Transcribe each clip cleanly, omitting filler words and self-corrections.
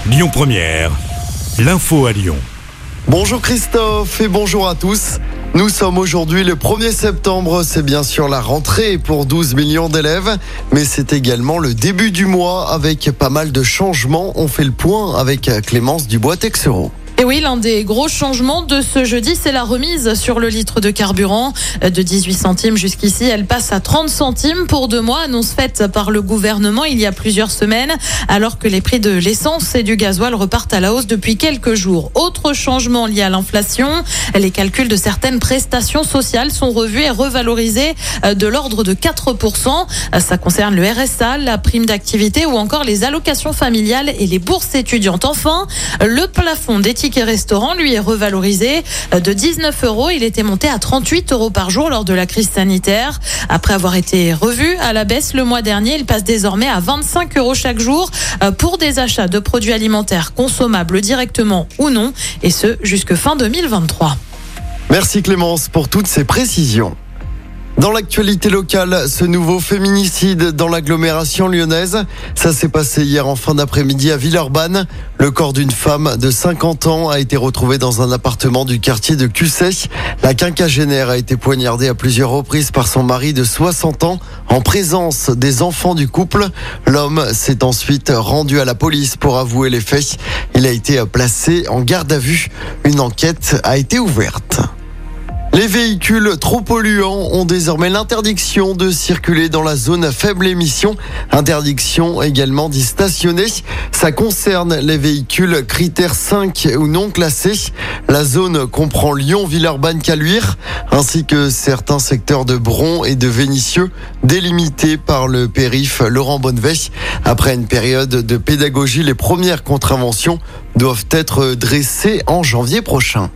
Lyon Première, l'info à Lyon. Bonjour Christophe et bonjour à tous. Nous sommes aujourd'hui le 1er septembre, c'est bien sûr la rentrée pour 12 millions d'élèves, mais c'est également le début du mois avec pas mal de changements. On fait le point avec Clémence Dubois-Texero. Et oui, l'un des gros changements de ce jeudi, c'est la remise sur le litre de carburant. De 18 centimes jusqu'ici, elle passe à 30 centimes pour 2 mois, annonce faite par le gouvernement il y a plusieurs semaines, alors que les prix de l'essence et du gasoil repartent à la hausse depuis quelques jours. Autre changement lié à l'inflation, les calculs de certaines prestations sociales sont revus et revalorisés de l'ordre de 4%. Ça concerne le RSA, la prime d'activité ou encore les allocations familiales et les bourses étudiantes. Enfin, le plafond des tickets restaurant, lui, est revalorisé de 19 €. Il était monté à 38 € par jour lors de la crise sanitaire. Après avoir été revu à la baisse le mois dernier, il passe désormais à 25 € chaque jour pour des achats de produits alimentaires consommables directement ou non, et ce jusque fin 2023. Merci Clémence pour toutes ces précisions. Dans l'actualité locale, ce nouveau féminicide dans l'agglomération lyonnaise. Ça s'est passé hier en fin d'après-midi à Villeurbanne. Le corps d'une femme de 50 ans a été retrouvé dans un appartement du quartier de Cusset. La quinquagénaire a été poignardée à plusieurs reprises par son mari de 60 ans en présence des enfants du couple. L'homme s'est ensuite rendu à la police pour avouer les faits. Il a été placé en garde à vue. Une enquête a été ouverte. Les véhicules trop polluants ont désormais l'interdiction de circuler dans la zone à faible émission. Interdiction également d'y stationner. Ça concerne les véhicules critères 5 ou non classés. La zone comprend Lyon, Villeurbanne, Caluire, ainsi que certains secteurs de Bron et de Vénissieux, délimités par le périph' Laurent Bonneveille. Après une période de pédagogie, les premières contraventions doivent être dressées en janvier prochain.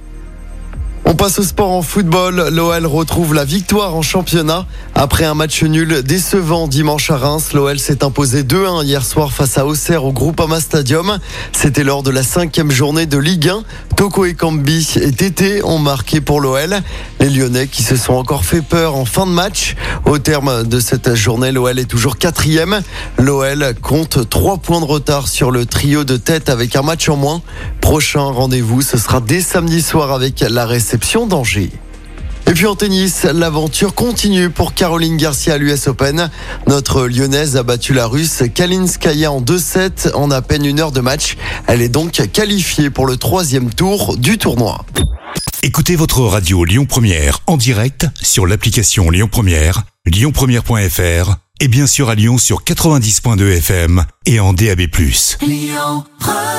On passe au sport en football. L'OL retrouve la victoire en championnat. Après un match nul décevant dimanche à Reims, l'OL s'est imposé 2-1 hier soir face à Auxerre au Groupama Stadium. C'était lors de la 5e journée de Ligue 1. Toko Ekambi et Tété ont marqué pour l'OL. Les Lyonnais qui se sont encore fait peur en fin de match. Au terme de cette journée, l'OL est toujours 4e. L'OL compte 3 points de retard sur le trio de tête avec un match en moins. Prochain rendez-vous, ce sera dès samedi soir avec la réception d'Angers. Et puis en tennis, l'aventure continue pour Caroline Garcia à l'US Open. Notre Lyonnaise a battu la Russe Kalinskaya en 2-7 en à peine 1 heure de match. Elle est donc qualifiée pour le 3e tour du tournoi. Écoutez votre radio Lyon Première en direct sur l'application Lyon Première, lyonpremière.fr et bien sûr à Lyon sur 90.2 FM et en DAB+. Lyon Première.